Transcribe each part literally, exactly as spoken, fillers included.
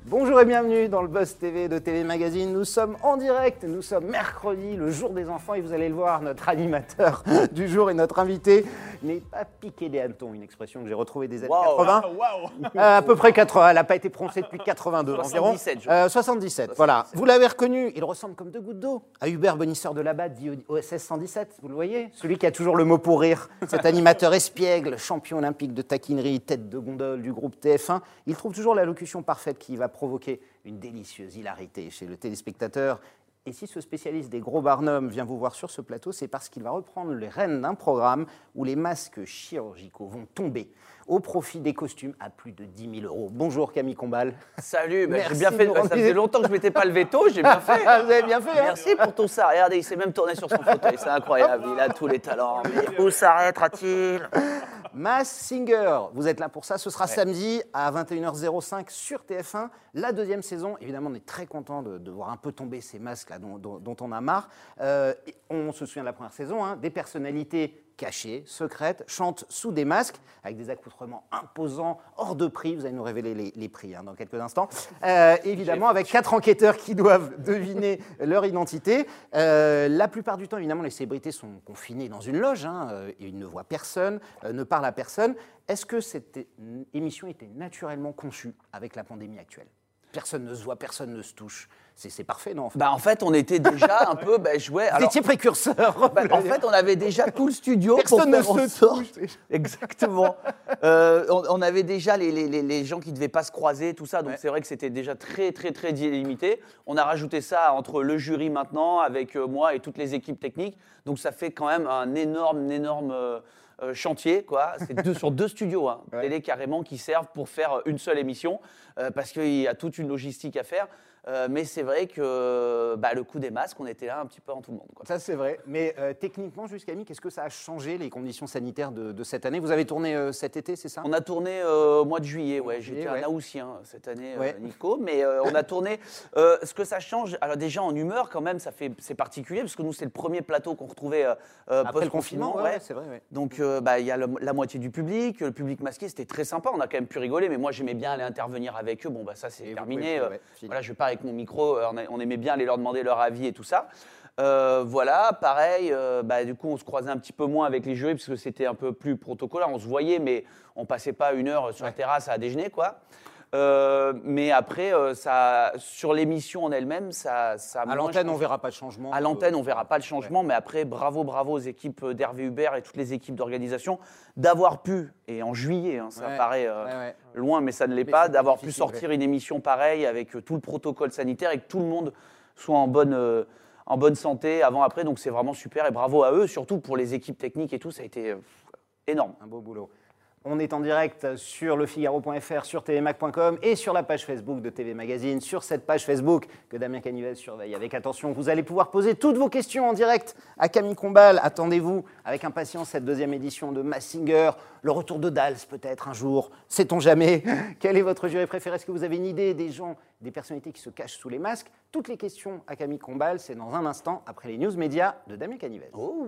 Bonjour et bienvenue dans le Buzz T V de T V Magazine. Nous sommes en direct, nous sommes mercredi, le jour des enfants, et vous allez le voir, notre animateur du jour et notre invité n'est pas piqué des hannetons, une expression que j'ai retrouvée des années wow, quatre-vingts. Wow, wow. Euh, à peu près quatre-vingts, elle n'a pas été prononcée depuis quatre-vingt-deux environ. soixante-dix-sept, euh, soixante-dix-sept, voilà. Vous l'avez reconnu, il ressemble comme deux gouttes d'eau à Hubert Bonisseur de Labatte, dit O S S cent dix-sept, vous le voyez? Celui qui a toujours le mot pour rire, cet animateur espiègle, champion olympique de taquinerie, tête de gondole du groupe T F un. Il trouve toujours l'allocution parfaite qui va provoquer une délicieuse hilarité chez le téléspectateur. Et si ce spécialiste des gros barnums vient vous voir sur ce plateau, c'est parce qu'il va reprendre les rênes d'un programme où les masques chirurgicaux vont tomber au profit des costumes à plus de dix mille euros. Bonjour Camille Combal. Salut, bah, j'ai bien fait. Ça faisait longtemps que je ne m'étais pas levé tôt, j'ai bien fait. Vous avez bien fait. Merci hein. pour tout ça. Regardez, il s'est même tourné sur son fauteuil, c'est incroyable. Il a tous les talents. Mais où s'arrêtera-t-il? Masked Singer, vous êtes là pour ça. Ce sera ouais. samedi à vingt et une heures cinq sur T F un. La deuxième saison, évidemment, on est très content de, de voir un peu tomber ces masques là dont, dont, dont on a marre. Euh, on se souvient de la première saison, hein, des personnalités cachées, secrètes, chantent sous des masques, avec des accoutrements imposants, hors de prix. Vous allez nous révéler les, les prix hein, dans quelques instants. Euh, évidemment, avec quatre enquêteurs qui doivent deviner leur identité. Euh, la plupart du temps, évidemment, les célébrités sont confinées dans une loge. Hein, euh, ils ne voient personne, euh, ne parlent à personne. Est-ce que cette émission était naturellement conçue avec la pandémie actuelle? Personne ne se voit, personne ne se touche. C'est parfait, non en fait. Bah en fait, on était déjà un peu... Bah, je, ouais, Vous alors, étiez précurseur. Bah, en fait, on avait déjà tout le studio personne pour faire ne en se sorte... touche. Exactement. euh, on, on avait déjà les, les, les gens qui ne devaient pas se croiser, tout ça. Donc, ouais. c'est vrai que c'était déjà très, très, très limité. On a rajouté ça entre le jury maintenant, avec moi et toutes les équipes techniques. Donc, ça fait quand même un énorme, énorme... Euh, Euh, chantier, quoi. C'est deux, sur deux studios, hein, ouais. télé carrément, qui servent pour faire une seule émission, euh, parce qu'il y a toute une logistique à faire. Euh, mais c'est vrai que bah, le coup des masques, on était là un petit peu en tout le monde, quoi. Ça, c'est vrai. Mais euh, techniquement, juste Camille, qu'est-ce que ça a changé, les conditions sanitaires de, de cette année? Vous avez tourné euh, cet été, c'est ça? On a tourné euh, au mois de juillet, ouais. J'étais ouais. un Haussien cette année, ouais. euh, Nico. Mais euh, on a tourné. Euh, ce que ça change, alors déjà en humeur, quand même, ça fait, c'est particulier, parce que nous, c'est le premier plateau qu'on retrouvait euh, après le confinement. Ouais, ouais. ouais, c'est vrai. Ouais. Donc, il euh, bah, y a le, la moitié du public, le public masqué, c'était très sympa. On a quand même pu rigoler, mais moi, j'aimais bien aller intervenir avec eux. Bon, bah, ça, c'est Et terminé. Pouvez, ouais, voilà, je vais pas avec mon micro. Euh, on aimait bien aller leur demander leur avis et tout ça. Euh, voilà, pareil, euh, bah, du coup, on se croisait un petit peu moins avec les jurys parce que c'était un peu plus protocolaire. On se voyait, mais on passait pas une heure sur ouais. la terrasse à déjeuner, quoi. Euh, mais après, euh, ça, sur l'émission en elle-même, ça, ça. À l'antenne, on verra pas de changement. À l'antenne, on verra pas de changement, ouais. mais après, bravo, bravo aux équipes d'Hervé Hubert et toutes les équipes d'organisation d'avoir pu, et en juillet, hein, ça ouais. paraît euh, ouais, ouais. loin, mais ça ne l'est pas, d'avoir pu sortir ouais. une émission pareille avec tout le protocole sanitaire et que tout le monde soit en bonne. Euh, en bonne santé avant après, donc c'est vraiment super et bravo à eux, surtout pour les équipes techniques et tout, ça a été énorme. Un beau boulot. On est en direct sur le figaro point f r, sur t v mag point com et sur la page Facebook de T V Magazine. Sur cette page Facebook que Damien Canivez surveille avec attention, vous allez pouvoir poser toutes vos questions en direct à Camille Combal. Attendez-vous avec impatience cette deuxième édition de Masked Singer, le retour de Dals peut-être un jour, sait-on jamais. Quel est votre jury préféré? Est-ce que vous avez une idée des gens, des personnalités qui se cachent sous les masques? Toutes les questions à Camille Combal, c'est dans un instant après les news médias de Damien Canivez. Oh.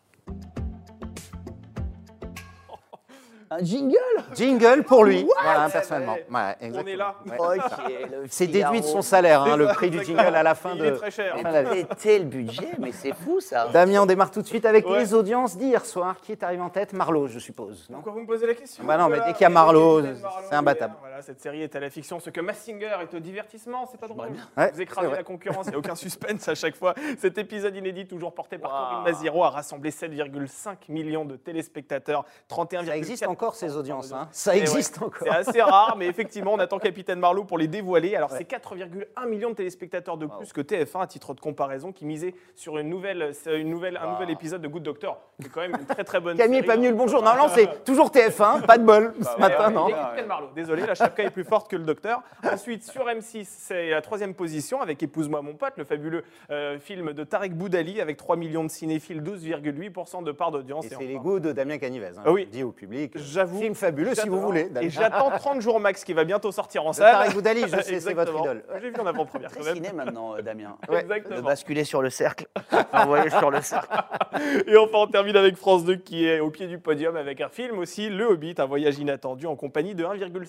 Un jingle Jingle pour lui, What voilà, personnellement. Ouais, on est là. Ouais. Okay, c'est déduit de son salaire, hein, le prix du jingle à la fin il de... Il est très cher. C'était le budget, mais c'est fou ça. Damien, on démarre tout de suite avec ouais. les audiences d'hier soir. Qui est arrivé en tête? Marlowe, je suppose. Non Pourquoi vous me posez la question? Bah non, mais dès qu'il y a Marlowe, c'est imbattable. Voilà, cette série est à la fiction. Ce que Masked Singer est au divertissement, c'est pas drôle. Ouais, vous écrasez la concurrence, il n'y a aucun suspense à chaque fois. Cet épisode inédit, toujours porté par wow. Corinne Maziro, a rassemblé sept virgule cinq millions de téléspectateurs, trente et un virgule quatre. Ça existe encore ces audiences, hein. Ça existe ouais, encore. C'est assez rare, mais effectivement, on attend Capitaine Marlowe pour les dévoiler. Alors, ouais. c'est quatre virgule un millions de téléspectateurs de plus wow. que T F un, à titre de comparaison, qui misait sur une nouvelle, une nouvelle, wow. un nouvel épisode de Good Doctor. C'est quand même une très très bonne Camille série. Camille est pas venu le bonjour. Non, non, c'est toujours T F un, pas de bol bah, ce ouais, matin, ouais, non. Capitaine Marlowe, désolé, la chapka est plus forte que le docteur. Ensuite, sur M six, c'est la troisième position avec Épouse-moi mon pote, le fabuleux euh, film de Tarek Boudali avec trois millions de cinéphiles, douze virgule huit pour cent de part d'audience. Et, et c'est enfin... les goûts de Damien Canivez, hein, oui. dit au public. J'avoue. Film fabuleux si vous voulez. Et j'attends trente jours max qui va bientôt sortir en de salle. Tarek Boudali, je sais, c'est votre idole. J'ai vu en avant-première quand même. C'est ciné maintenant, Damien. Ouais. Exactement. De basculer sur le cercle. Envoyer sur le cercle. Et enfin, on termine avec France deux qui est au pied du podium avec un film aussi, Le Hobbit, un voyage inattendu en compagnie de un virgule cinq million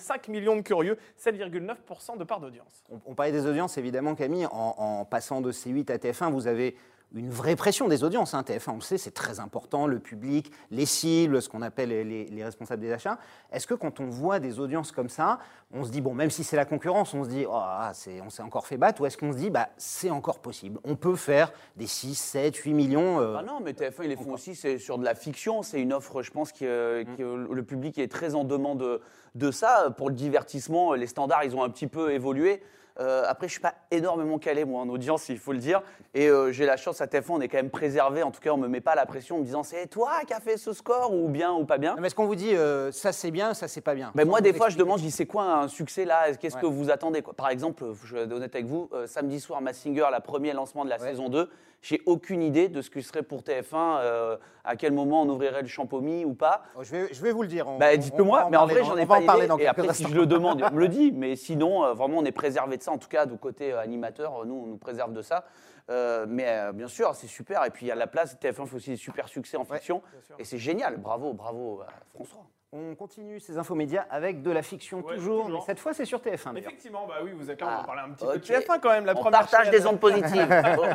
millions de curieux, sept virgule neuf pour cent de part d'audience. On, on parlait des audiences, évidemment, Camille. En, en passant de C huit à T F un, vous avez une vraie pression des audiences. Hein. T F un, on le sait, c'est très important, le public, les cibles, ce qu'on appelle les, les responsables des achats. Est-ce que quand on voit des audiences comme ça, on se dit, bon, même si c'est la concurrence, on se dit, oh, c'est, on s'est encore fait battre, ou est-ce qu'on se dit, bah, c'est encore possible, on peut faire des six, sept, huit millions euh, Ah non, mais T F un, ils les font aussi, c'est sur de la fiction, c'est une offre, je pense, que euh, mmh. le public est très en demande de, de ça. Pour le divertissement, les standards, ils ont un petit peu évolué. Euh, après, je ne suis pas énormément calé, moi, en audience, il faut le dire. Et euh, j'ai la chance, à T F un, on est quand même préservé. En tout cas, on ne me met pas la pression en me disant « c'est toi qui as fait ce score » ou bien ou pas bien. Mais est-ce qu'on vous dit euh, « ça c'est bien, ça c'est pas bien » ben moi, des fois, je demande, je dis « c'est quoi un succès là ? Qu'est-ce ouais. que vous attendez ?» Par exemple, je vais être honnête avec vous, euh, samedi soir, Mask Singer, le premier lancement de la ouais. saison deux, j'ai aucune idée de ce que serait pour T F un, euh, à quel moment on ouvrirait le Champomy ou pas. Oh, je, vais, je vais vous le dire. Bah, dites-le moi, mais en vrai, j'en ai pas idée. Et après, instants. si je le demande, on me le dit. Mais sinon, euh, vraiment, on est préservé de ça. En tout cas, du côté euh, animateur, nous, on nous préserve de ça. Euh, mais euh, bien sûr, c'est super. Et puis, il y a la place. T F un fait aussi des super succès en fiction. Ouais, et c'est génial. Bravo, bravo, euh, François. On continue ces infos médias avec de la fiction ouais, toujours, toujours. Mais cette fois c'est sur T F un. Effectivement, bah oui, vous êtes là, on va ah, parler un petit okay. peu de T F un quand même. La on première partage chaîne... des ondes positives.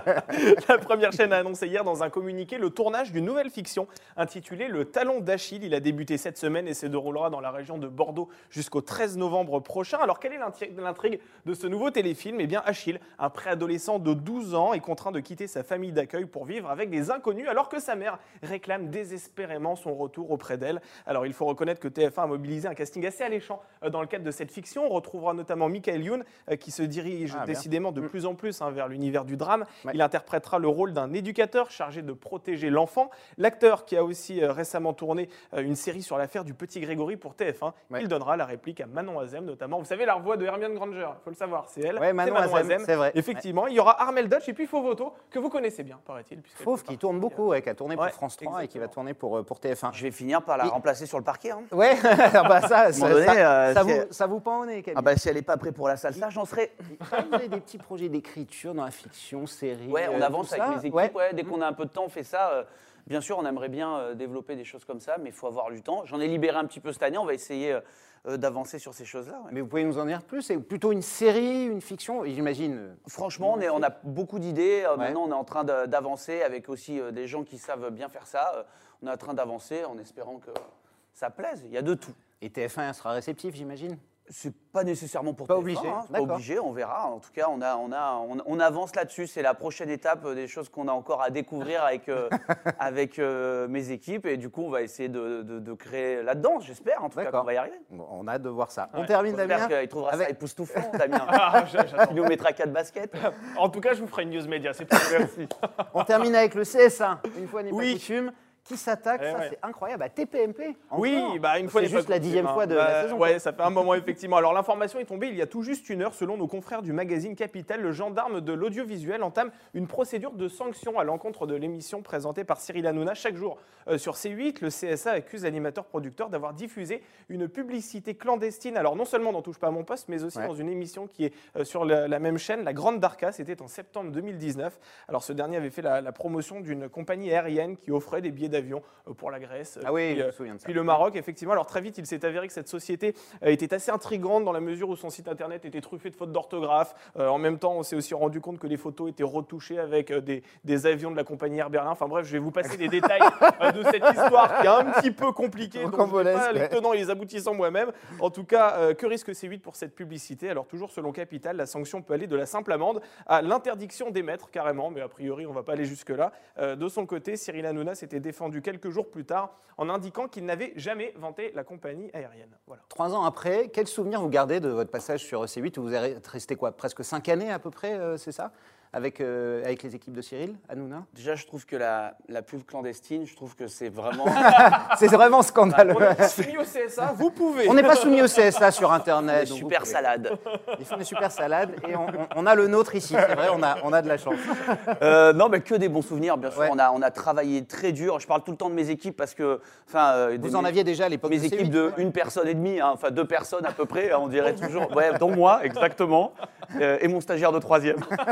La première chaîne a annoncé hier dans un communiqué le tournage d'une nouvelle fiction intitulée Le Talon d'Achille. Il a débuté cette semaine et se déroulera dans la région de Bordeaux jusqu'au treize novembre prochain. Alors quelle est l'intrigue de ce nouveau téléfilm ? Eh bien Achille, un préadolescent de douze ans, est contraint de quitter sa famille d'accueil pour vivre avec des inconnus alors que sa mère réclame désespérément son retour auprès d'elle. Alors il faut reconnaître que T F un a mobilisé un casting assez alléchant dans le cadre de cette fiction. On retrouvera notamment Michael Youn qui se dirige ah, décidément de plus en plus hein, vers l'univers du drame. Ouais. Il interprétera le rôle d'un éducateur chargé de protéger l'enfant. L'acteur qui a aussi euh, récemment tourné euh, une série sur l'affaire du petit Grégory pour T F un, ouais. il donnera la réplique à Manon Azem notamment. Vous savez, la voix de Hermione Granger, il faut le savoir, c'est elle. Ouais, Manon, Manon Azem, c'est vrai. Effectivement, ouais. il y aura Armel Dutch et puis Fauve que vous connaissez bien, paraît-il. Fauve qui tourne beaucoup, ouais, qui a tourné pour ouais, France trois exactement. Et qui va tourner pour, pour T F un. Je vais finir par la et... remplacer sur le parquet. Hein. Ouais, bah ça, ça, donné, ça, euh, ça, si vous, elle... ça vous pend au nez, Camille. Ah bah si elle n'est pas prête pour la salsa, j'en serai. Vous avez des petits projets d'écriture dans la fiction, série. Ouais, on euh, avance avec ça. mes équipes. Ouais. Ouais, dès qu'on a un peu de temps, on fait ça. Euh, bien sûr, on aimerait bien euh, développer des choses comme ça, mais il faut avoir du temps. J'en ai libéré un petit peu cette année. On va essayer euh, d'avancer sur ces choses-là. Ouais. Mais vous pouvez nous en dire plus ? C'est plutôt une série, une fiction, j'imagine. Franchement, on, est, on a beaucoup d'idées. Euh, ouais. Maintenant, on est en train de, d'avancer avec aussi euh, des gens qui savent bien faire ça. Euh, on est en train d'avancer en espérant que ça plaise. Il y a de tout. Et T F un sera réceptif, j'imagine ? C'est pas nécessairement pour pas T F un, obligé. Hein, c'est pas obligé, on verra. En tout cas, on, a, on, a, on, on avance là-dessus. C'est la prochaine étape des choses qu'on a encore à découvrir avec, euh, avec euh, mes équipes. Et du coup, on va essayer de, de, de créer là-dedans, j'espère, en tout cas, qu'on va y arriver. Bon, on a hâte de voir ça. Ouais. On termine, Damien. J'espère qu'il trouvera avec... ça époustouflant, Damien. Ah, il nous mettra quatre baskets. En tout cas, je vous ferai une news média, c'est pas merci. On termine avec le C S un. Une fois n'est oui. pas coutume. Qui s'attaque, eh ça ouais. c'est incroyable, à T P M P. Oui, bah une fois c'est juste la dixième fois de bah, la saison. Ouais, ça fait un moment effectivement. Alors l'information est tombée il y a tout juste une heure. Selon nos confrères du magazine Capital, le gendarme de l'audiovisuel entame une procédure de sanction à l'encontre de l'émission présentée par Cyril Hanouna chaque jour euh, sur C huit. Le C S A accuse l'animateur-producteur d'avoir diffusé une publicité clandestine. Alors non seulement dans Touche pas à mon poste, mais aussi ouais. dans une émission qui est euh, sur la, la même chaîne, La Grande Darka. C'était en septembre deux mille dix-neuf. Alors ce dernier avait fait la, la promotion d'une compagnie aérienne qui offrait des billets d'avion euh, pour la Grèce, ah oui, puis, je euh, me souviens de ça. puis le Maroc, effectivement. Alors très vite, il s'est avéré que cette société euh, était assez intrigante dans la mesure où son site internet était truffé de fautes d'orthographe. Euh, en même temps, on s'est aussi rendu compte que les photos étaient retouchées avec euh, des, des avions de la compagnie Air Berlin. Enfin bref, je vais vous passer des détails euh, de cette histoire qui est un petit peu compliquée. Donc, donc je ne vais pas les tenants et les aboutissants moi-même. En tout cas, euh, que risque C huit pour cette publicité ? Alors toujours selon Capital, la sanction peut aller de la simple amende à l'interdiction d'émettre carrément, mais a priori, on ne va pas aller jusque-là. Euh, de son côté, Cyril Hanouna s'était défendu quelques jours plus tard en indiquant qu'il n'avait jamais vanté la compagnie aérienne. Voilà. Trois ans après, quel souvenir vous gardez de votre passage sur C huit où vous êtes resté quoi, presque cinq années à peu près, euh, c'est ça avec, euh, avec les équipes de Cyril Hanouna ? Déjà, je trouve que la, la pub clandestine, je trouve que c'est vraiment... c'est vraiment scandaleux. On est soumis au C S A, vous pouvez. On n'est pas soumis au C S A sur Internet. Des super salades. Ils font des super salades et on, on, on a le nôtre ici, c'est vrai, on a, on a de la chance. Euh, non, mais que des bons souvenirs, bien sûr. Ouais. On, a, on a travaillé très dur. Je parle tout le temps de mes équipes parce que... Euh, vous des, en aviez déjà à l'époque mes de C huit, équipes de une personne et demie, hein, enfin deux personnes à peu près, on dirait toujours. Ouais, dont moi, exactement. Euh, et mon stagiaire de troisième. Donc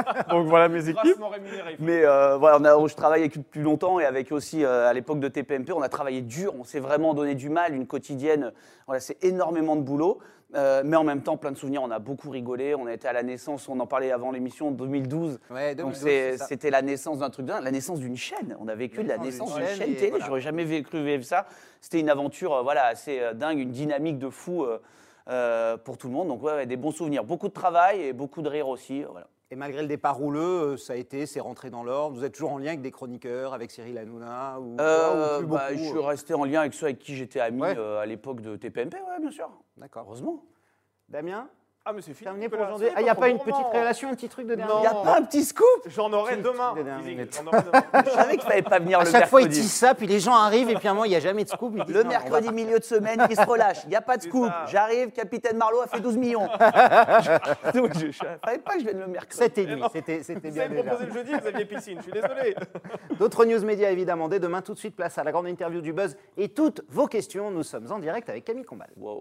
voilà mes équipes. Rémunéré, mais euh, voilà, on a, je travaille avec depuis longtemps et avec aussi euh, à l'époque de T P M P, on a travaillé dur, on s'est vraiment donné du mal, une quotidienne. Voilà, c'est énormément de boulot. Euh, mais en même temps, plein de souvenirs, on a beaucoup rigolé. On a été à la naissance, on en parlait avant l'émission, deux mille douze. Ouais, deux mille douze, donc c'est, c'est c'était la naissance d'un truc dingue, la naissance d'une chaîne. On a vécu de la naissance d'une chaîne télé. Voilà. J'aurais jamais vécu vivre ça. C'était une aventure euh, voilà, assez euh, dingue, une dynamique de fou euh, euh, pour tout le monde. Donc ouais, ouais, des bons souvenirs. Beaucoup de travail et beaucoup de rire aussi. Euh, voilà. Et malgré le départ rouleux, ça a été, c'est rentré dans l'ordre. Vous êtes toujours en lien avec des chroniqueurs, avec Cyril Hanouna ou, euh, ou plus bah, beaucoup, Je suis euh... resté en lien avec ceux avec qui j'étais ami ouais. euh, à l'époque de T P M P, ouais, bien sûr. D'accord. Heureusement. Damien? Ah, mais c'est fini. Terminé pour aujourd'hui. Ah, il n'y a pas une petite révélation, un petit truc de dernier? Il n'y a pas un petit scoop? J'en aurai Petit demain. de dernière minute. J'en aurai demain. Je savais qu'il ne fallait pas venir À le chaque mercredi. fois, il dit ça, puis les gens arrivent, et puis à un moment, il n'y a jamais de scoop. Ils disent, Le non, mercredi on va... milieu de semaine, il se relâche. Il n'y a pas de C'est scoop. ça. J'arrive, Capitaine Marlowe a fait douze millions. je ne savais pas que je vienne le mercredi. sept et demi, c'était, c'était Vous bien avez déjà. proposé le jeudi, vous aviez piscine. Je suis désolé. D'autres news médias, évidemment. Dès demain, tout de suite, place à la grande interview du Buzz et toutes vos questions. Nous sommes en direct avec Camille Combal. Wow.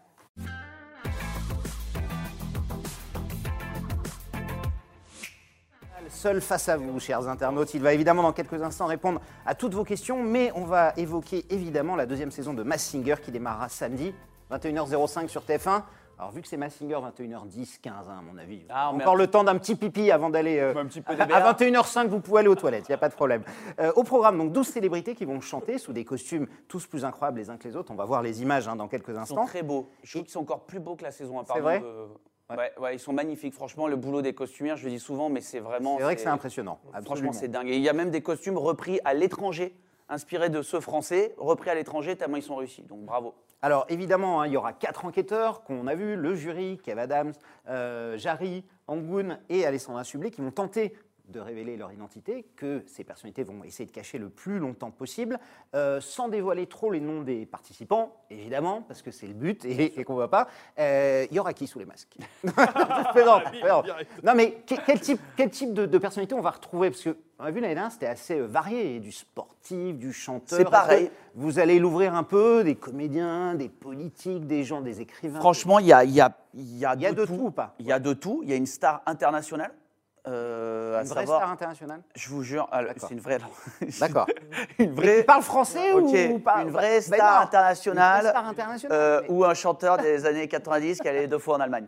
Seul face à vous, chers internautes. Il va évidemment dans quelques instants répondre à toutes vos questions, mais on va évoquer évidemment la deuxième saison de Masked Singer qui démarrera samedi, vingt et une heures zéro cinq sur T F un. Alors vu que c'est Masked Singer, vingt et une heures dix, quinze hein, à mon avis. Ah, on Encore met le temps d'un petit pipi avant d'aller... euh, Un petit peu à, de B A. à vingt et une heures cinq, vous pouvez aller aux toilettes, il n'y a pas de problème. Euh, au programme, donc douze célébrités qui vont chanter sous des costumes tous plus incroyables les uns que les autres. On va voir les images hein, dans quelques Ils sont instants. très beaux. Je trouve qu'ils sont encore plus beaux que la saison un. C'est vrai de... ouais. Ouais, ouais, ils sont magnifiques. Franchement, le boulot des costumières, je le dis souvent, mais c'est vraiment... C'est vrai que c'est impressionnant. Franchement, absolument. c'est dingue. Et il y a même des costumes repris à l'étranger, inspirés de ceux français, repris à l'étranger, tellement ils sont réussis. Donc bravo. Alors évidemment, hein, il y aura quatre enquêteurs qu'on a vus, le jury, Kev Adams, euh, Jarry, Angoun et Alessandra Sublet, qui vont tenter de révéler leur identité, que ces personnalités vont essayer de cacher le plus longtemps possible, euh, sans dévoiler trop les noms des participants, évidemment, parce que c'est le but et, et qu'on ne voit pas. Euh, Il y aura qui sous les masques? non, non. non, mais que- quel type, quel type de, de personnalité on va retrouver? Parce qu'on a vu l'année dernière, c'était assez euh, varié, du sportif, du chanteur. C'est pareil. Est-ce que vous allez l'ouvrir un peu, des comédiens, des politiques, des gens, des écrivains. Franchement, il y a, il y a, il y a il y a de, de tout. tout ou pas? Il y a de tout. Il y a une star internationale. Euh, à Une vraie savoir, star internationale? je vous jure, alors, D'accord. c'est une vraie. D'accord. une vraie. Tu parles français Ok, ou pas? une vraie Ben star non, internationale, Une vraie star internationale. euh, mais- ou un chanteur des années quatre-vingt-dix qui allait deux fois en Allemagne.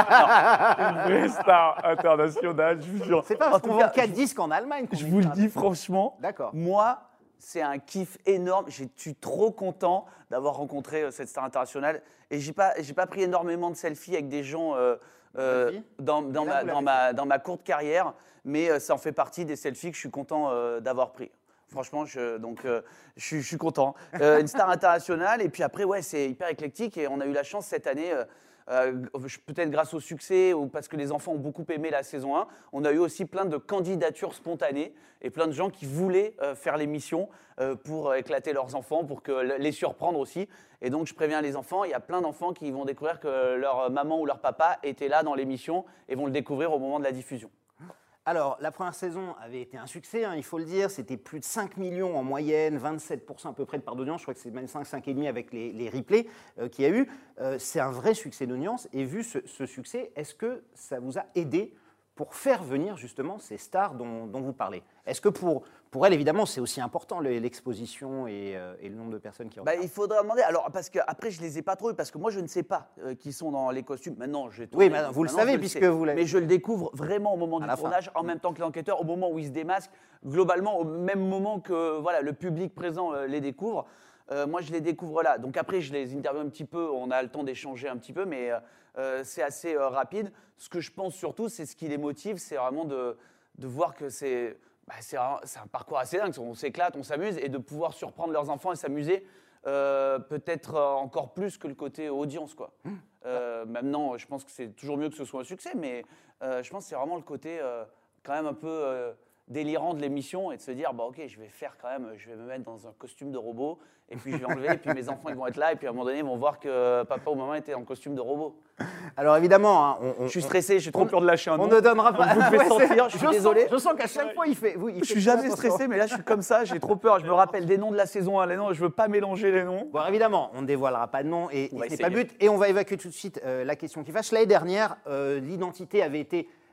Une vraie star internationale, je vous jure. C'est pas en parce tout qu'on cas, vend quatre disques en Allemagne qu'on Je est vous le star. dis franchement. D'accord. Moi, c'est un kiff énorme. Je suis trop content d'avoir rencontré euh, cette star internationale. Et j'ai pas, j'ai pas pris énormément de selfies avec des gens euh, euh, Selfies dans, dans, Et là, ma, vous dans, l'avez ma, dans ma courte carrière, mais euh, ça en fait partie des selfies que je suis content euh, d'avoir pris. Franchement, je, donc, euh, je, suis- je suis content. Euh, une star internationale, et puis après, ouais, c'est hyper éclectique. Et on a eu la chance cette année, euh, euh, peut-être grâce au succès ou parce que les enfants ont beaucoup aimé la saison un, on a eu aussi plein de candidatures spontanées et plein de gens qui voulaient euh, faire l'émission euh, pour éclater leurs enfants, pour que, les surprendre aussi. Et donc, je préviens les enfants, il y a plein d'enfants qui vont découvrir que leur maman ou leur papa était là dans l'émission et vont le découvrir au moment de la diffusion. Alors, la première saison avait été un succès, hein, il faut le dire. C'était plus de cinq millions en moyenne, vingt-sept pour cent à peu près de part d'audience. Je crois que c'est même cinq, cinq virgule cinq avec les, les replays euh, qu'il y a eu. Euh, c'est un vrai succès d'audience. Et vu ce, ce succès, est-ce que ça vous a aidé pour faire venir justement ces stars dont, dont vous parlez? Est-ce que pour, pour elles, évidemment, c'est aussi important le- l'exposition et, euh, et le nombre de personnes qui Bah, regardent? il faudra demander. Alors, parce que après, je les ai pas trop eu, parce que moi, je ne sais pas euh, qui sont dans les costumes. Maintenant, j'ai Oui, tourné, maintenant, vous le maintenant, savez, je le puisque sais. vous l'avez- Mais je le découvre vraiment au moment À du la fin. tournage, en même temps que l'enquêteur, au moment où il se démasque, globalement, au même moment que voilà, le public présent euh, les découvre. Euh, moi, je les découvre là. Donc après, je les interviewe un petit peu, on a le temps d'échanger un petit peu, mais euh, euh, c'est assez euh, rapide. Ce que je pense surtout, c'est ce qui les motive, c'est vraiment de, de voir que c'est bah, c'est un, c'est un parcours assez dingue. On s'éclate, on s'amuse, et de pouvoir surprendre leurs enfants et s'amuser, euh, peut-être euh, encore plus que le côté audience, quoi. Euh, maintenant, je pense que c'est toujours mieux que ce soit un succès, mais euh, je pense que c'est vraiment le côté euh, quand même un peu euh, délirant de l'émission et de se dire, bah ok, je vais faire quand même, je vais me mettre dans un costume de robot et puis je vais enlever et puis mes enfants ils vont être là et puis à un moment donné ils vont voir que papa ou maman était en costume de robot. Alors évidemment, hein, on, on- Je suis stressé, je suis trop Trop peur de lâcher un on nom. ne donnera pas. vous le faites Ouais, c'est- sentir, je suis sens- désolé. Je sens qu'à chaque fois, il fait. oui, il Je fait suis jamais attention. stressé, mais là je suis comme ça, j'ai trop peur. Je me rappelle des noms de la saison un, les noms, je veux pas mélanger les noms. Bon, alors évidemment, on ne dévoilera pas de nom et, et On va ce n'est pas le essayer. but. Et on va évacuer tout de suite euh, la question qui fâche. L'année dernière, euh, l'identité avait été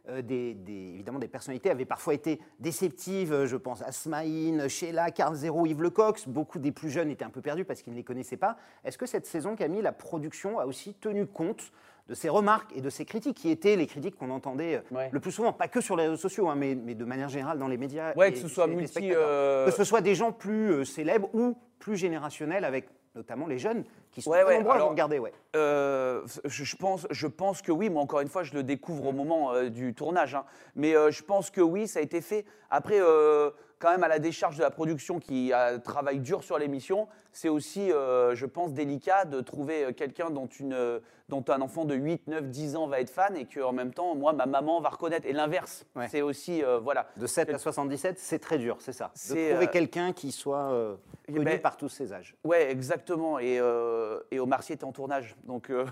euh, des, des, évidemment des personnalités avaient parfois été déceptives. Je pense à Smaïn, Sheila, Carl Zero, Yves Lecoq. Beaucoup des plus jeunes étaient un peu perdus parce qu'ils ne les connaissaient pas. Est-ce que cette saison, Camille, la production a aussi tenu compte de ces remarques et de ces critiques qui étaient les critiques qu'on entendait ouais. le plus souvent, pas que sur les réseaux sociaux, hein, mais, mais de manière générale dans les médias. Ouais, et, que ce soit et, multi... Euh... Que ce soit des gens plus euh, célèbres ou plus générationnels avec notamment les jeunes qui sont ouais, très ouais. nombreux Alors, à vous regarder. Ouais. Euh, je, je, pense, je pense que oui, mais encore une fois, je le découvre au moment euh, du tournage. Hein. Mais euh, je pense que oui, ça a été fait. Après, euh, quand même, à la décharge de la production qui a, travaille dur sur l'émission, c'est aussi, euh, je pense, délicat de trouver quelqu'un dont, une, dont un enfant de huit, neuf, dix ans va être fan et qu'en même temps, moi, ma maman va reconnaître. Et l'inverse, ouais. c'est aussi, euh, voilà. De sept à soixante-dix-sept, c'est très dur, c'est ça. De trouver euh, quelqu'un qui soit euh, connu ben, par tous ces âges. Oui, exactement. Et, euh, et Omar Sy était en tournage. Donc, euh,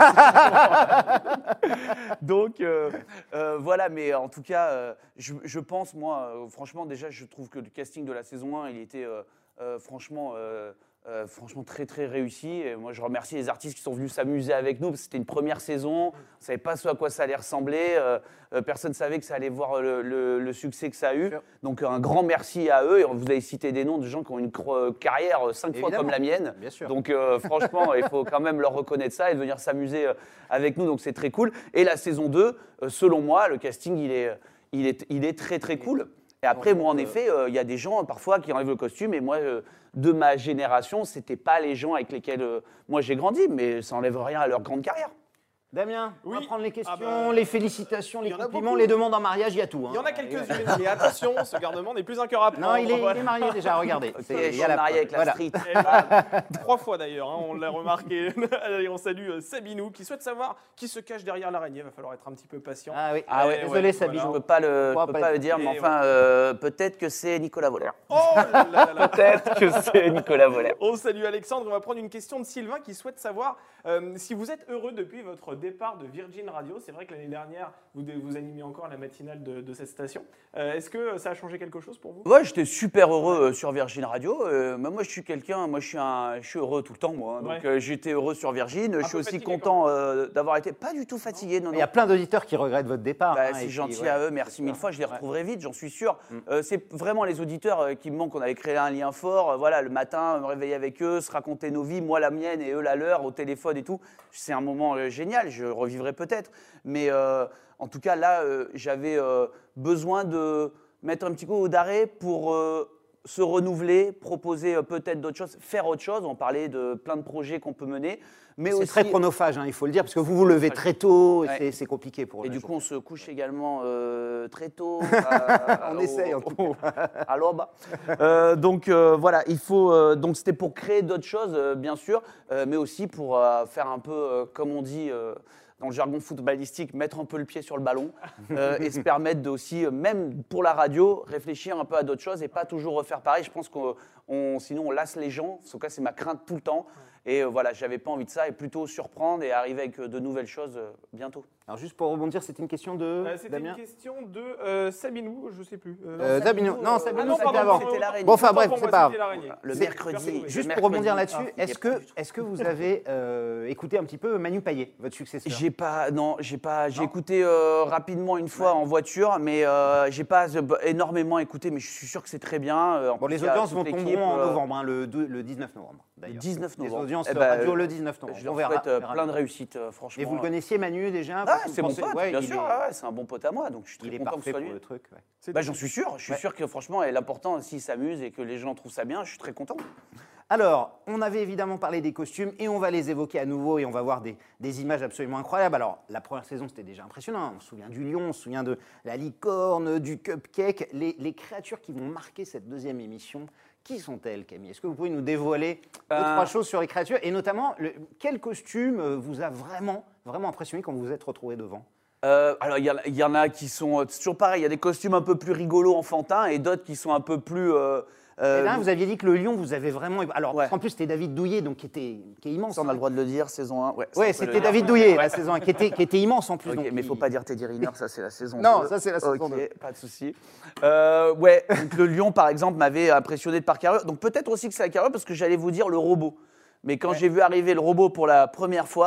donc euh, euh, voilà. Mais en tout cas, euh, je, je pense, moi, euh, franchement, déjà, je trouve que le casting de la saison un, il était euh, euh, franchement... Euh, Euh, franchement très très réussi. Et moi je remercie les artistes qui sont venus s'amuser avec nous parce que c'était une première saison, on ne savait pas ce à quoi ça allait ressembler, euh, euh, personne ne savait que ça allait voir le, le, le succès que ça a eu. Sure. Donc un grand merci à eux et vous avez cité des noms de gens qui ont une carrière cinq Évidemment. fois comme la mienne. Bien sûr. Donc euh, franchement il faut quand même leur reconnaître ça et de venir s'amuser avec nous, donc c'est très cool. Et la saison deux, euh, selon moi, le casting il est, il est, il est très très cool. Et après, moi, en effet, il euh, y a des gens, parfois, qui enlèvent le costume. Et moi, euh, de ma génération, ce n'étaient pas les gens avec lesquels euh, moi j'ai grandi. Mais ça n'enlève rien à leur grande carrière. Damien, oui. on va prendre les questions, ah bah, les félicitations, les compliments, les demandes en mariage, il y a tout. Hein. Il y en a quelques-unes, mais attention, ce garnement n'est plus un cœur à prendre. Non, il est, il est marié déjà, regardez. Okay, il est marié avec la voilà. street. Bah, trois fois d'ailleurs, hein, on l'a remarqué. Allez, on salue Sabinou qui souhaite savoir qui se cache derrière l'araignée. Il va falloir être un petit peu patient. Ah oui, ah, ouais, désolé ouais, Sabinou. Je ne peux pas le, je peux pas pas le dire, mais enfin, ouais. euh, peut-être que c'est Nicolas Voller. Oh là là là. Peut-être que c'est Nicolas Voller. On salue Alexandre, on va prendre une question de Sylvain qui souhaite savoir euh, si vous êtes heureux depuis votre départ de Virgin Radio. C'est vrai que l'année dernière, vous, vous animiez encore la matinale de, de cette station. Euh, Est-ce que ça a changé quelque chose pour vous? Ouais, j'étais super heureux euh, sur Virgin Radio. Euh, moi, je suis quelqu'un, moi, je suis, un, je suis heureux tout le temps, moi. Donc, ouais. euh, j'étais heureux sur Virgin. Un je suis aussi content euh, d'avoir été pas du tout fatigué. Non, non. Il y a plein d'auditeurs qui regrettent votre départ. Bah, hein, c'est gentil puis, à ouais, eux, merci mille fois. Je les retrouverai ouais. vite, j'en suis sûr. Mm. Euh, c'est vraiment les auditeurs euh, qui me manquent. On avait créé un lien fort. Euh, voilà, le matin, me réveiller avec eux, se raconter nos vies, moi la mienne et eux la leur, au téléphone et tout. C'est un moment euh, génial. Je revivrai peut-être, mais euh, en tout cas là, euh, j'avais euh, besoin de mettre un petit coup d'arrêt pour euh, se renouveler, proposer euh, peut-être d'autres choses, faire autre chose. On parlait de plein de projets qu'on peut mener. C'est aussi... très chronophage, hein, il faut le dire, parce que vous vous levez très tôt, ouais. c'est compliqué pour Et du journée. coup, on se couche également euh, très tôt. À, on au, essaye en tout cas. À l'aube. Euh, donc euh, voilà, il faut. Euh, donc c'était pour créer d'autres choses, euh, bien sûr, euh, mais aussi pour euh, faire un peu, euh, comme on dit. Euh, dans le jargon footballistique, mettre un peu le pied sur le ballon euh, et se permettre de aussi, même pour la radio, réfléchir un peu à d'autres choses et pas toujours refaire pareil. Je pense qu'on, on, sinon on lasse les gens. En tout cas, c'est ma crainte tout le temps. Et euh, voilà, j'avais pas envie de ça et plutôt surprendre et arriver avec de nouvelles choses euh, bientôt. Alors juste pour rebondir, c'était une question de euh, C'était Damien. une question de euh, Sabinou, je sais plus. Euh, Sabinou, non, Sabinou, ah, c'était avant. C'était l'araignée. Bon, enfin bref, c'est pas grave. Le mercredi. Juste le pour rebondir là-dessus, ah, est-ce que, est-ce que vous avez euh, écouté un petit peu Manu Payet, votre successeur? J'ai pas, non, j'ai pas, j'ai écouté euh, rapidement une fois ouais. en voiture, mais euh, j'ai pas énormément écouté, mais je suis sûr que c'est très bien. Euh, bon, les audiences vont tomber en novembre, hein, le, le dix-neuf novembre. Le dix-neuf novembre. Les audiences eh ben, radio le dix-neuf novembre. Je leur souhaite euh, plein de réussite, euh, franchement. Et vous le connaissiez Manu déjà? Ah, c'est mon pote, ouais, bien sûr, est... ouais, c'est un bon pote à moi, donc je suis très il content que ce soit lui. Pour le truc, ouais. Bah, j'en suis sûr, je suis ouais. sûr que franchement, l'important, s'il s'amuse et que les gens trouvent ça bien, je suis très content. Alors, on avait évidemment parlé des costumes et on va les évoquer à nouveau et on va voir des, des images absolument incroyables. Alors, la première saison, c'était déjà impressionnant. On se souvient du lion, on se souvient de la licorne, du cupcake. Les, les créatures qui vont marquer cette deuxième émission, qui sont-elles, Camille? Est-ce que vous pouvez nous dévoiler deux, euh... trois choses sur les créatures? Et notamment, le, quel costume vous a vraiment, vraiment impressionné quand vous vous êtes retrouvé devant? Euh, alors, il y, y en a qui sont c'est toujours pareil. Il y a des costumes un peu plus rigolos, enfantins, et d'autres qui sont un peu plus. Euh, euh, et là, vous aviez dit que le lion, vous avez vraiment. Alors, ouais. En plus, c'était David Douillet, donc qui était qui est immense. Ça, on a le droit de le dire, saison un. Ouais, ouais c'était David Douillet, ouais. La saison un, qui était, qui était immense en plus. Okay, donc, mais il ne faut pas dire Teddy Riner, ça, c'est la saison non, deux. Non, ça, c'est la saison okay, deux. Pas de souci. Euh, ouais, donc le lion, par exemple, m'avait impressionné de par carrure. Donc, peut-être aussi que c'est la carrure, parce que j'allais vous dire le robot. Mais quand ouais. j'ai vu arriver le robot pour la première fois.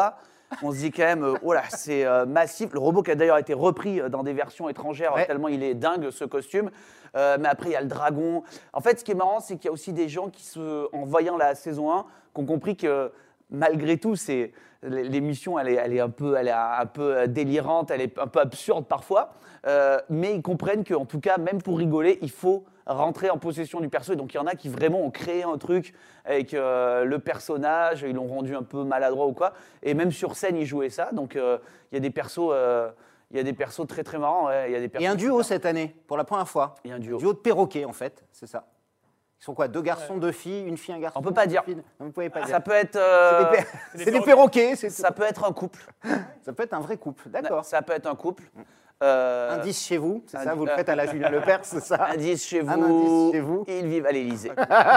On se dit quand même, euh, oh là, c'est euh, massif. Le robot qui a d'ailleurs été repris euh, dans des versions étrangères, Ouais. tellement il est dingue ce costume. Euh, mais après, il y a le dragon. En fait, ce qui est marrant, c'est qu'il y a aussi des gens qui, se, en voyant la saison un, qui ont compris que malgré tout, c'est, l'émission, elle est, elle est un peu, elle est un peu délirante, elle est un peu absurde parfois. Euh, mais ils comprennent qu'en tout cas, même pour rigoler, il faut rentrer en possession du perso. Et donc, il y en a qui vraiment ont créé un truc avec euh, le personnage, ils l'ont rendu un peu maladroit ou quoi. Et même sur scène, ils jouaient ça. Donc, euh, il y a des persos... Euh, Il y a des persos très très marrants. Ouais. Il y a des persos Et un duo super. cette année, pour la première fois. Il y a un duo. duo de perroquets, en fait, c'est ça. Ils sont quoi? Deux garçons, deux filles, une fille, un garçon? On peut pas deux dire. filles. Non, vous ne pouvez pas dire. Ça peut être, euh, C'est des, per- des c'est des perroquets, c'est ça peut être un couple. ça peut être un vrai couple, d'accord. Ça peut être un couple. Euh, Indice chez vous, c'est ça, indi- vous le faites à la Julien Lepers, c'est ça? Indice chez vous. Un indice chez vous. Ils vivent à l'Élysée.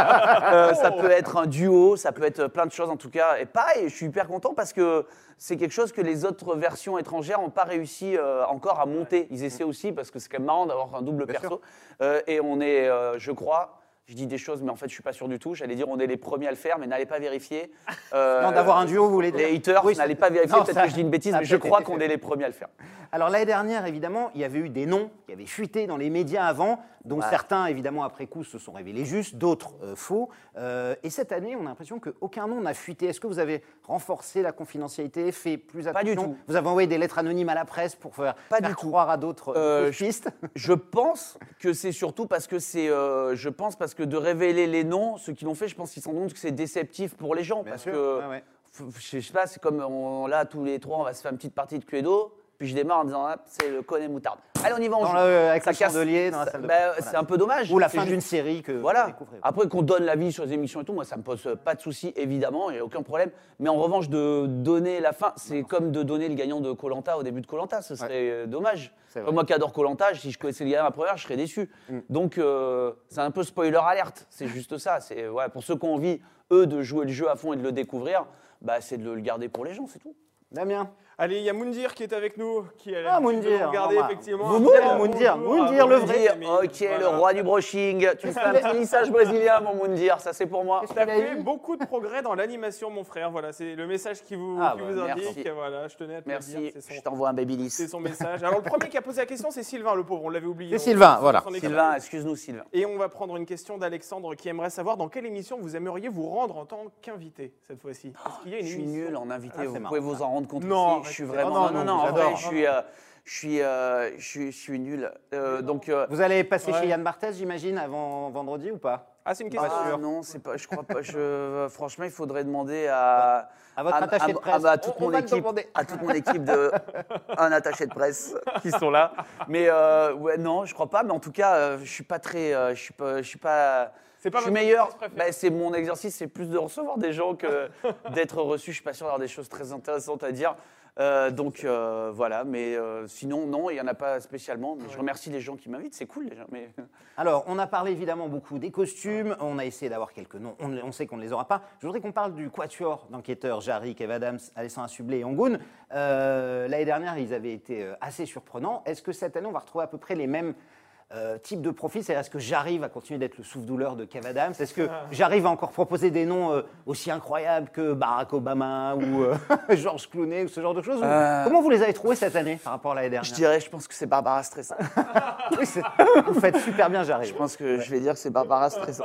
Euh, ça peut être un duo, ça peut être plein de choses en tout cas. Et pareil, je suis hyper content parce que c'est quelque chose que les autres versions étrangères n'ont pas réussi euh, encore à monter. Ils essaient aussi parce que c'est quand même marrant d'avoir un double Bien perso. Euh, et on est, euh, je crois. Je dis des choses, mais en fait, je suis pas sûr du tout. J'allais dire, on est les premiers à le faire, mais n'allez pas vérifier. Euh, Non, d'avoir un duo, vous voulez dire? Les haters, Oui, n'allez ça- pas vérifier. non, Peut-être ça- que je dis une bêtise, ça a mais je peut-être crois été qu'on fait. est les premiers à le faire. Alors l'année dernière, évidemment, il y avait eu des noms qui avaient fuité dans les médias avant, dont Ouais. certains, évidemment, après coup, se sont révélés justes, d'autres euh, faux. Euh, et cette année, on a l'impression qu'aucun nom n'a fuité. Est-ce que vous avez renforcé la confidentialité, fait plus Pas du attention? tout. Vous avez envoyé des lettres anonymes à la presse pour faire, Pas faire du tout. croire à d'autres Euh, d'autres je- pistes? Je pense que c'est surtout parce que c'est, euh, je pense parce que de révéler les noms, ceux qui l'ont fait, je pense qu'ils s'en rendent compte que c'est déceptif pour les gens, Bien parce sûr, que ouais, ouais. f- je sais pas, c'est comme on, là tous les trois, on va se faire une petite partie de Cluedo, puis je démarre en disant ah, c'est le con et moutarde. Allez, on y va, on Dans joue. le- avec Ça le casse- chandelier dans la ça- salle de bah, bain. C'est Voilà. un peu dommage. Ou la C'est fin juste- d'une série que Voilà. vous découvrez. Après qu'on donne l'avis sur les émissions et tout, moi ça me pose euh, pas de souci évidemment, il n'y a aucun problème. Mais en revanche de donner la fin, c'est comme de donner le gagnant de Koh-Lanta au début de Koh-Lanta, ce serait euh, dommage. C'est vrai. Comme moi qui adore Koh-Lanta, si je connaissais le gagnant à la première, je serais déçu. Donc euh, c'est un peu spoiler alerte, c'est juste ça. C'est ouais, pour ceux qui ont envie eux de jouer le jeu à fond et de le découvrir, bah c'est de le garder pour les gens, c'est tout. Damien. Allez, il y a Moundir qui est avec nous, qui a Ah, l'habitude de Moundir, nous regarder normal. effectivement. Moundir, Ah, Moundir, bonjour, Moundir, ah, le vrai. Moundir, mais ok, voilà. le roi du brushing. Tu fais un petit lissage brésilien, mon Moundir, ça c'est pour moi. Tu as Il a fait dit beaucoup de progrès dans l'animation, mon frère. Voilà, c'est le message qui vous, Ah, qui bah, vous indique. merci. Voilà, je tenais à te le Merci, dire. C'est son, je t'envoie un c'est babyliss. son message. Alors, le premier qui a posé la question, c'est Sylvain, le pauvre. On l'avait oublié. C'est On- Sylvain, on voilà. s'en est Sylvain, capté. excuse-nous Sylvain. Et on va prendre une question d'Alexandre qui aimerait savoir dans quelle émission vous aimeriez vous rendre en tant qu'invité cette fois-ci. Est-ce qu'il y a une Je suis émission nul en invité, Ah, c'est vous marrant, pouvez vous ça. en rendre compte Non, aussi. Je suis arrête, vraiment. non, Non, non, non, non, en j'adore. vrai, je suis, euh, je suis, euh, je suis, je suis nul. Euh, donc. euh, Vous allez passer Ouais. chez Yann Barthès, j'imagine, avant vendredi ou pas? Ah, c'est une question. ah, non, c'est pas. Je crois pas. Je, franchement, il faudrait demander à. À votre attaché de à- presse. à toute On- on mon va le équipe, demander. à toute mon équipe de un attaché de presse qui sont là. Mais euh, ouais, non, je crois pas. Mais en tout cas, euh, je suis pas très. euh, je suis pas. Je suis pas. C'est pas je suis votre meilleur. exercice préféré. Bah, c'est mon exercice, c'est plus de recevoir des gens que d'être reçu. Je suis pas sûr d'avoir des choses très intéressantes à dire. Euh, donc euh, voilà, mais euh, sinon non, il y en a pas spécialement. Mais je remercie les gens qui m'invitent, c'est cool déjà. Mais Alors, on a parlé évidemment beaucoup des costumes, on a essayé d'avoir quelques noms, on, on sait qu'on ne les aura pas. Je voudrais qu'on parle du quatuor d'enquêteurs, Jarry, Kev Adams, Alessandra Sublet et Ongun. Euh, L'année dernière, ils avaient été euh, assez surprenants. Est-ce que cette année, on va retrouver à peu près les mêmes euh, types de profils? C'est-à-dire, est-ce que Jarry va continuer d'être le souffle-douleur de Kev Adams? Est-ce que Jarry va encore proposer des noms euh, aussi incroyables que Barack Obama ou euh, George Clooney ou ce genre de choses? Ou- Euh. Comment vous les avez trouvés cette année par rapport à l'année dernière? je dirais, je pense que c'est Barbara Streisand. Oui, c'est- vous faites super bien, Jarry. Je pense que je vais dire que c'est Barbara Streisand.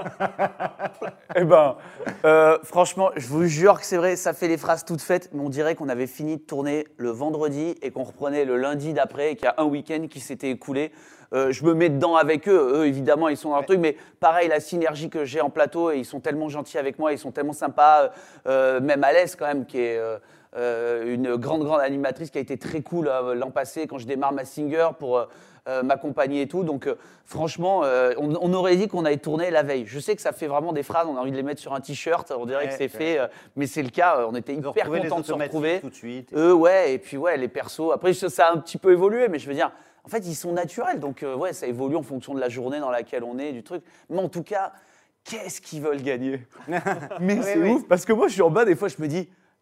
Eh ben, euh, franchement, je vous jure que c'est vrai, ça fait les phrases toutes faites, mais on dirait qu'on avait fini de tourner le vendredi et qu'on reprenait le lundi d'après et qu'il y a un week-end qui s'était écoulé. Euh, je me mets dedans avec eux. Eux, évidemment, ils sont dans le truc, mais pareil, la synergie que j'ai en plateau, et ils sont tellement gentils avec moi, ils sont tellement sympas. Euh, même Alès, quand même, qui est euh, euh, une grande, grande animatrice qui a été très cool euh, l'an passé quand je démarre ma singer pour euh, euh, m'accompagner et tout. Donc, euh, franchement, euh, on, on aurait dit qu'on avait tourné la veille. Je sais que ça fait vraiment des phrases, on a envie de les mettre sur un t-shirt, on dirait Ouais, que c'est ouais. fait, euh, mais c'est le cas. On était Vous hyper retrouvez les contents de se automatiques retrouver. tout de suite. Eux, ouais, et puis ouais, les persos. Après, ça ça a un petit peu évolué, mais je veux dire, en fait, ils sont naturels. Donc, euh, ouais, ça évolue en fonction de la journée dans laquelle on est, du truc. Mais en tout cas, qu'est-ce qu'ils veulent gagner? Mais Oui, c'est oui. ouf, parce que moi, je suis en bas, des fois, je me dis,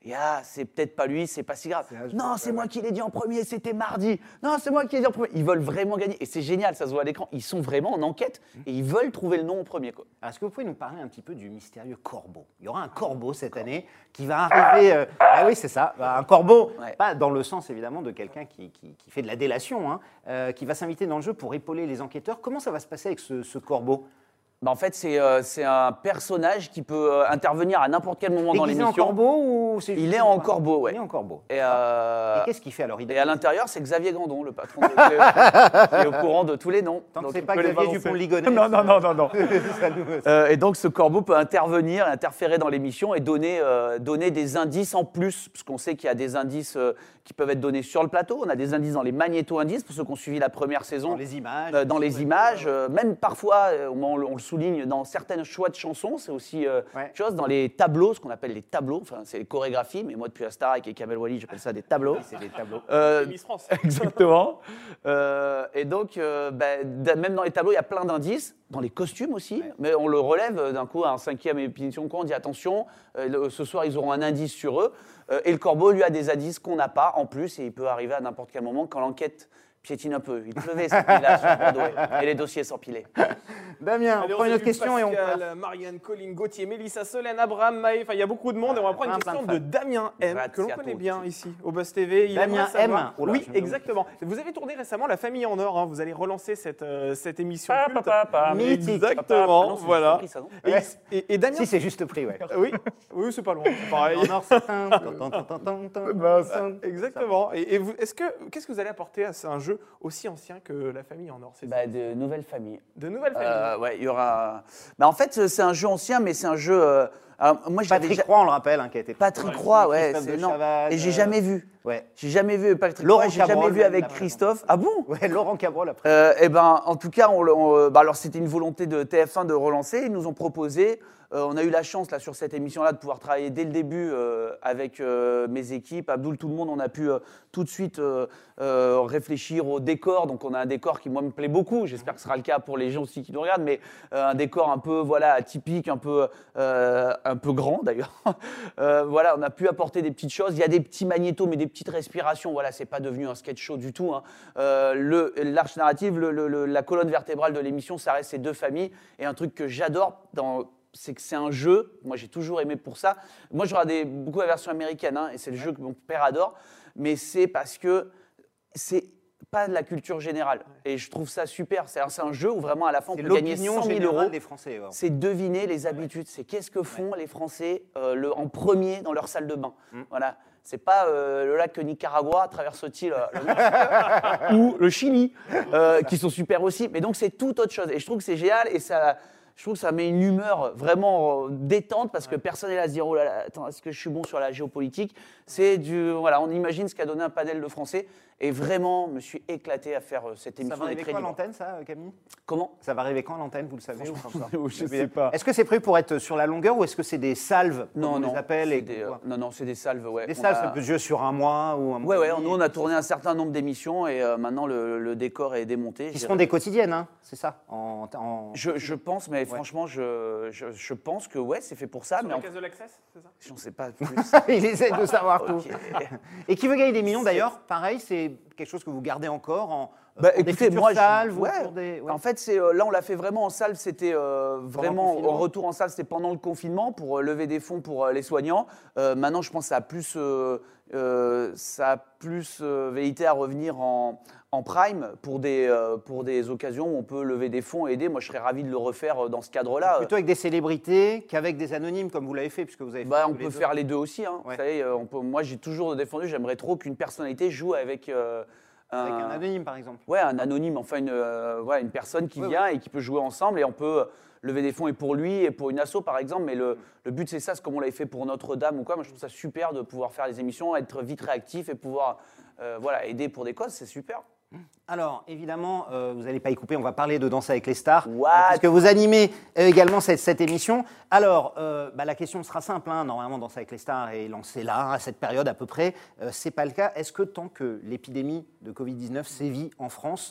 Et ah, c'est peut-être pas lui, c'est pas si grave. Non, c'est moi qui l'ai dit en premier, c'était mardi. Non, c'est moi qui l'ai dit en premier. Ils veulent vraiment gagner. Et c'est génial, ça se voit à l'écran. Ils sont vraiment en enquête et ils veulent trouver le nom en premier, quoi. Alors, est-ce que vous pouvez nous parler un petit peu du mystérieux corbeau? Il y aura un corbeau cette année qui va arriver. Euh, ah oui, c'est ça. Un corbeau, Ouais. pas dans le sens évidemment de quelqu'un qui, qui- qui fait de la délation, hein, euh, qui va s'inviter dans le jeu pour épauler les enquêteurs. Comment ça va se passer avec ce, ce corbeau? Bah, en fait, c'est euh, c'est un personnage qui peut euh, intervenir à n'importe quel moment dans Déguisé en l'émission. corbeau ou c'est Il juste est une en voix? corbeau, ouais. Il est en corbeau. Et, euh, Et qu'est-ce qu'il fait alors? Il et à l'intérieur, c'est Xavier Gandon, le patron de T F un, qui est au courant de tous les noms. Tant que Donc, c'est il pas peut les Xavier balancer. Dupont-Ligonnès. Non, non, non, non, non. Ça nous- Euh, et donc ce corbeau peut intervenir, interférer dans l'émission et donner, euh, donner des indices en plus, parce qu'on sait qu'il y a des indices euh, qui peuvent être donnés sur le plateau. On a des indices dans les magnéto-indices, pour ceux qui ont suivi la première saison. Dans les images. Euh, dans les images, euh, même parfois, euh, on, on le souligne dans certains choix de chansons, c'est aussi euh, Ouais. chose dans les tableaux, ce qu'on appelle les tableaux, enfin c'est les chorégraphies, mais moi depuis la Starac et Kamel Wally, j'appelle ça des tableaux. C'est des tableaux. Euh, Miss France. Exactement. Euh, et donc, euh, ben, d- même dans les tableaux, il y a plein d'indices, dans les costumes aussi, mais on le relève euh, d'un coup à un cinquième émission, quoi, on dit attention, euh, le- ce soir ils auront un indice sur eux, euh, et le corbeau lui a des indices qu'on n'a pas en plus, et il peut arriver à n'importe quel moment quand l'enquête piétine un peu. Il pleuvait cette nuit-là sur Bordeaux, et les dossiers s'empilaient. Damien, on Allez, prend a une autre vu question et on Pascal, passe. Marianne, Colline, Gauthier, Mélissa, Solène, Abraham, Maë, enfin il y a beaucoup de monde et on va prendre une Plein, plein question de de Damien M, que l'on Grazie a connaît tutti. bien ici au Buzz T V. Il Damien aimerait savoir- M. Oh là, Oui, je me exactement. Vous avez tourné récemment La Famille en Or, hein. Vous allez relancer cette, euh, cette émission Pa, culte. pa, pa, pa. Mythique. Exactement, Ah non, c'est voilà. juste ça, non Et, Ouais. et- et Damien, Si, c'est juste prix, ouais. oui, oui, c'est pas loin, c'est pareil. En or, c'est un. Tan, tan, tan, tan, tan, Bah, tan. Exactement. Et, et vous, est-ce que, qu'est-ce que vous allez apporter à ce- un jeu aussi ancien que La Famille en Or? C'est ça Bah, de nouvelles familles. De nouvelles familles. Euh, ouais, il y aura. Bah, en fait, c'est un jeu ancien, mais c'est un jeu. euh, alors, moi, j'avais Patrick ja- Roy, on le rappelle, hein, qui a été. Patrick Roy, ouais. Christophe c'est- de non. Chavannes, Et j'ai euh, jamais vu. Ouais. J'ai jamais vu Patrick Laurent Roy. J'ai jamais Cabrol, vu même, avec là, Christophe. Ah bon? Ouais, Laurent Cabrol après. Euh, eh ben, en tout cas, on, le- on, euh, bah, alors c'était une volonté de T F un de relancer. Ils nous ont proposé. euh, on a eu la chance là sur cette émission-là de pouvoir travailler dès le début euh, avec euh, mes équipes, Abdoul, tout le monde. On a pu euh, tout de suite euh, euh, réfléchir au décor. Donc on a un décor qui moi me plaît beaucoup. J'espère que ce sera le cas pour les gens aussi qui nous regardent, mais euh, un décor un peu voilà atypique, un peu euh, un peu grand d'ailleurs. Euh, voilà, on a pu apporter des petites choses. Il y a des petits magnétos, mais des petites respirations. Voilà, c'est pas devenu un sketch show du tout, hein. Euh, le l'arche narrative, le- le- le- la colonne vertébrale de l'émission, ça reste ces deux familles. Et un truc que j'adore dans c'est que c'est un jeu, moi j'ai toujours aimé pour ça. Moi je regardais beaucoup la version américaine, hein, et c'est le jeu que mon père adore, mais c'est parce que c'est pas de la culture générale. Et je trouve ça super. C'est c'est un jeu où vraiment à la fin on C'est peut gagner l'opinion cent mille générale euros. des Français. ouais. C'est deviner les habitudes. C'est qu'est-ce que font les Français euh, le- en premier dans leur salle de bain. Mm. Voilà. C'est pas euh, le lac Nicaragua traverse-t-il euh, le Mexique ou le Chili, euh, qui sont super aussi. Mais donc c'est tout autre chose. Et je trouve que c'est génial et ça, je trouve que ça met une humeur vraiment euh, détente parce que personne n'est là à se dire oh là là, attends, est-ce que je suis bon sur la géopolitique? C'est du voilà, on imagine ce qu'a donné un panel de Français. Et vraiment, je me suis éclaté à faire euh, cette Ça émission. va Elle est arriver très quand à libre. l'antenne, ça, Camille? Comment? Ça va arriver quand à l'antenne, vous le savez ou pas encore? Je sais pas. Est-ce que c'est prévu pour être sur la longueur ou est-ce que c'est des salves, comme Non, on non. les appelle c'est et des, euh, quoi non, non, c'est des salves, ouais. Des On salves, a- ça peut se jouer sur un mois ou un mois. Ouais, ouais, et demi. nous on a tourné un certain nombre d'émissions et euh, maintenant le, le décor est démonté. Qui Je seront dirais- des quotidiennes, hein, c'est ça en, en- je, je pense, mais franchement, je, je, je pense que ouais, c'est fait pour ça, Sur mais la en- case de l'Access, c'est ça? j'en sais pas plus. Il essaie de savoir tout. Ok. Et qui veut gagner des millions d'ailleurs, pareil, c'est quelque chose que vous gardez encore en Bah, pour des écoutez, futures moi, je- salves ou ouais. pour des. ouais. En fait, c'est euh, là on l'a fait vraiment en salle. C'était euh, vraiment confinement. au retour en salle. C'était pendant le confinement pour euh, lever des fonds pour euh, les soignants. Euh, maintenant, je pense que ça a plus, euh, euh, ça a plus euh, velléité à revenir en, en prime pour des euh, pour des occasions où on peut lever des fonds et aider. Moi, je serais ravi de le refaire euh, dans ce cadre-là. Plutôt avec des célébrités qu'avec des anonymes comme vous l'avez fait, puisque vous avez fait. Bah, on tous les peut deux. faire les deux aussi. Hein. Ouais. Vous savez, euh, on peut, moi, j'ai toujours défendu. J'aimerais trop qu'une personnalité joue avec. euh, Avec un anonyme par exemple. Ouais, un anonyme, enfin une, euh, ouais, une personne qui Oui, vient et qui peut jouer ensemble et on peut euh, lever des fonds et pour lui et pour une asso par exemple. Mais le, le but c'est ça, c'est comme on l'avait fait pour Notre-Dame ou quoi. Moi je trouve ça super de pouvoir faire les émissions, être vite réactif et pouvoir euh, voilà, aider pour des causes, c'est super. Alors, évidemment, euh, vous n'allez pas y couper, on va parler de Danse avec les stars, What euh, puisque vous animez euh, également cette, cette émission. Alors, euh, bah, la question sera simple, hein. Normalement, Danse avec les stars est lancé là, à cette période à peu près. Euh, Ce n'est pas le cas. Est-ce que tant que l'épidémie de Covid dix-neuf sévit en France,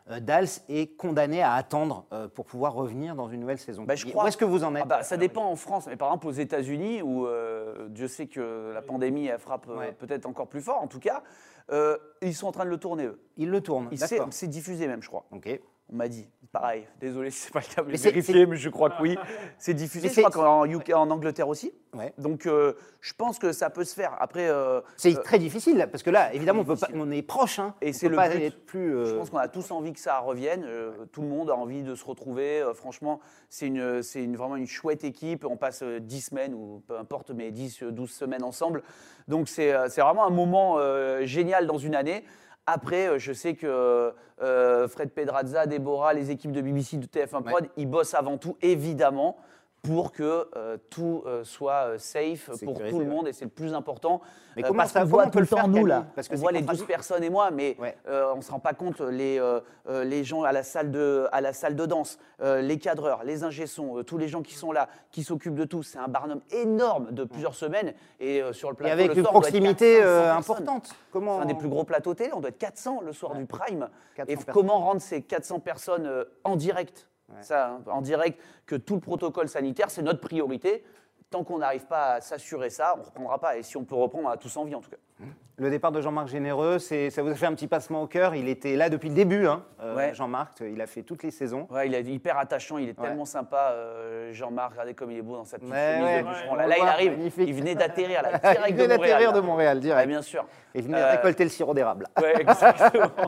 euh, Dals est condamné à attendre euh, pour pouvoir revenir dans une nouvelle saison. Bah, je crois- Où est-ce que vous en êtes? Ah bah, ça dépend en France, mais par exemple aux États-Unis, où euh, Dieu sait que la pandémie elle frappe euh, Ouais. peut-être encore plus fort, en tout cas, euh, ils sont en train de le tourner eux. Il le tourne, Il s'est- d'accord. C'est diffusé même, je crois. Ok. On m'a dit. Pareil, désolé si c'est pas le cas, mais Mais c'est- vérifié, mais je crois que oui. C'est diffusé, Mais je crois c'est- qu'en U K, en Angleterre aussi. Ouais. Donc euh, je pense que ça peut se faire. Après, euh, C'est euh, très difficile, là, parce que là, évidemment, on, peut pas, difficile. on est proche. Hein. Et On c'est peut le pas but. être plus. euh, je pense qu'on a tous envie que ça revienne. Euh, tout le monde a envie de se retrouver. Euh, franchement, c'est une, c'est une, vraiment une chouette équipe. On passe euh, dix semaines, ou peu importe, mais dix, douze semaines ensemble. Donc c'est euh, c'est vraiment un moment euh, génial dans une année. Après, euh, je sais que euh, Fred Pedraza, Déborah, les équipes de B B C, de T F un Prod, Ouais. ils bossent avant tout, évidemment, pour que euh, tout euh, soit euh, safe pour Sécurisé, tout le ouais. monde, et c'est le plus important. Mais Euh, comment parce ça- qu'on comment voit on tout peut le le faire, temps, nous, Camille là, Parce que on c'est voit les douze contradictoire. personnes et moi, mais Ouais. euh, on ne se rend pas compte, les, euh, euh, les gens à la salle de, à la salle de danse, euh, les cadreurs, les ingé-sons, euh, tous les gens qui sont là, qui s'occupent de tout. C'est un barnum énorme de plusieurs semaines, et euh, sur le Et plateau, avec le une soir, on doit être proximité quatre cents, euh, personnes. importante. Comment C'est un des plus gros plateaux télé, on doit être quatre cents le soir du prime. quatre Et cents comment rendre ces quatre cents personnes euh, en direct Ça, hein, en direct, que tout le protocole sanitaire, c'est notre priorité. Tant qu'on n'arrive pas à s'assurer ça, on ne reprendra pas. Et si on peut reprendre, on a tous envie en tout cas. Le départ de Jean-Marc Généreux, c'est- ça vous a fait un petit passement au cœur. Il était là depuis le début, hein, euh, Ouais. Jean-Marc. Il a fait toutes les saisons. Ouais, il est hyper attachant, il est Ouais. tellement sympa, euh, Jean-Marc. Regardez comme il est beau dans sa petite Ouais, chemise ouais, de bûcheron. on Là, le là, il voit, arrive, magnifique. il venait d'atterrir là, Il direct venait de Montréal. d'atterrir là. de Montréal, direct. Ouais, bien sûr. Il venait Euh, récolter le sirop d'érable. Ouais, exactement.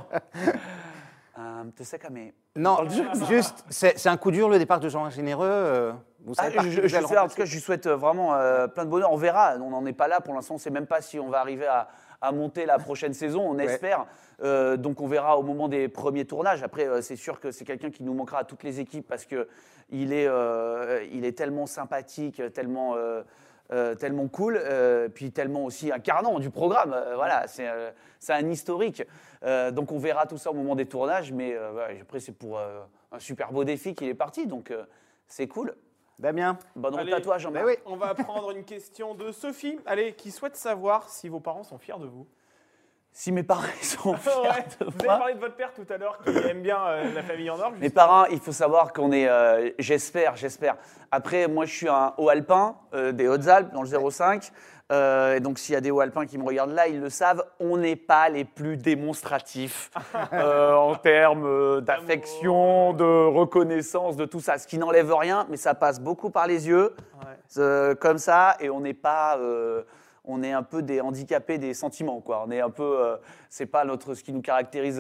Euh, tu sais, comme mais- Non, juste, c'est c'est un coup dur le départ de Jean-Marc Généreux. euh, Vous Ah, savez par je, qui je- vous je allez sais, le en tout cas, je lui souhaite vraiment euh, plein de bonheur. On verra, on n'en est pas là pour l'instant. On ne sait même pas si on va arriver à, à monter la prochaine saison, on Ouais. espère. Euh, donc on verra au moment des premiers tournages. Après, euh, c'est sûr que c'est quelqu'un qui nous manquera à toutes les équipes parce qu'il est, euh, il est tellement sympathique, tellement, euh, euh, tellement cool, euh, puis tellement aussi incarnant du programme. Euh, voilà, c'est euh, c'est un historique. Euh, donc on verra tout ça au moment des tournages. Mais euh, ouais, après, c'est pour euh, un super beau défi qu'il est parti. Donc euh, c'est cool. Damien. Bonne route Allez. à toi, Jean-Marc. Ben oui. On va prendre une question de Sophie, allez, qui souhaite savoir si vos parents sont fiers de vous. Si mes parents sont fiers Ouais, de vous avez moi. parlé de votre père tout à l'heure, qui aime bien euh, la famille en or. Mes parents, il faut savoir qu'on est, euh, j'espère, j'espère. Après, moi, je suis un haut alpin euh, des Hautes-Alpes, dans le zéro cinq. Euh, et donc, s'il y a des hauts alpins qui me regardent là, ils le savent, on n'est pas les plus démonstratifs euh, en termes euh, d'affection, de reconnaissance, de tout ça. Ce qui n'enlève rien, mais ça passe beaucoup par les yeux, Ouais. euh, comme ça, et on n'est pas. euh, on est un peu des handicapés des sentiments, quoi. On est un peu, euh, c'est pas notre ce qui nous caractérise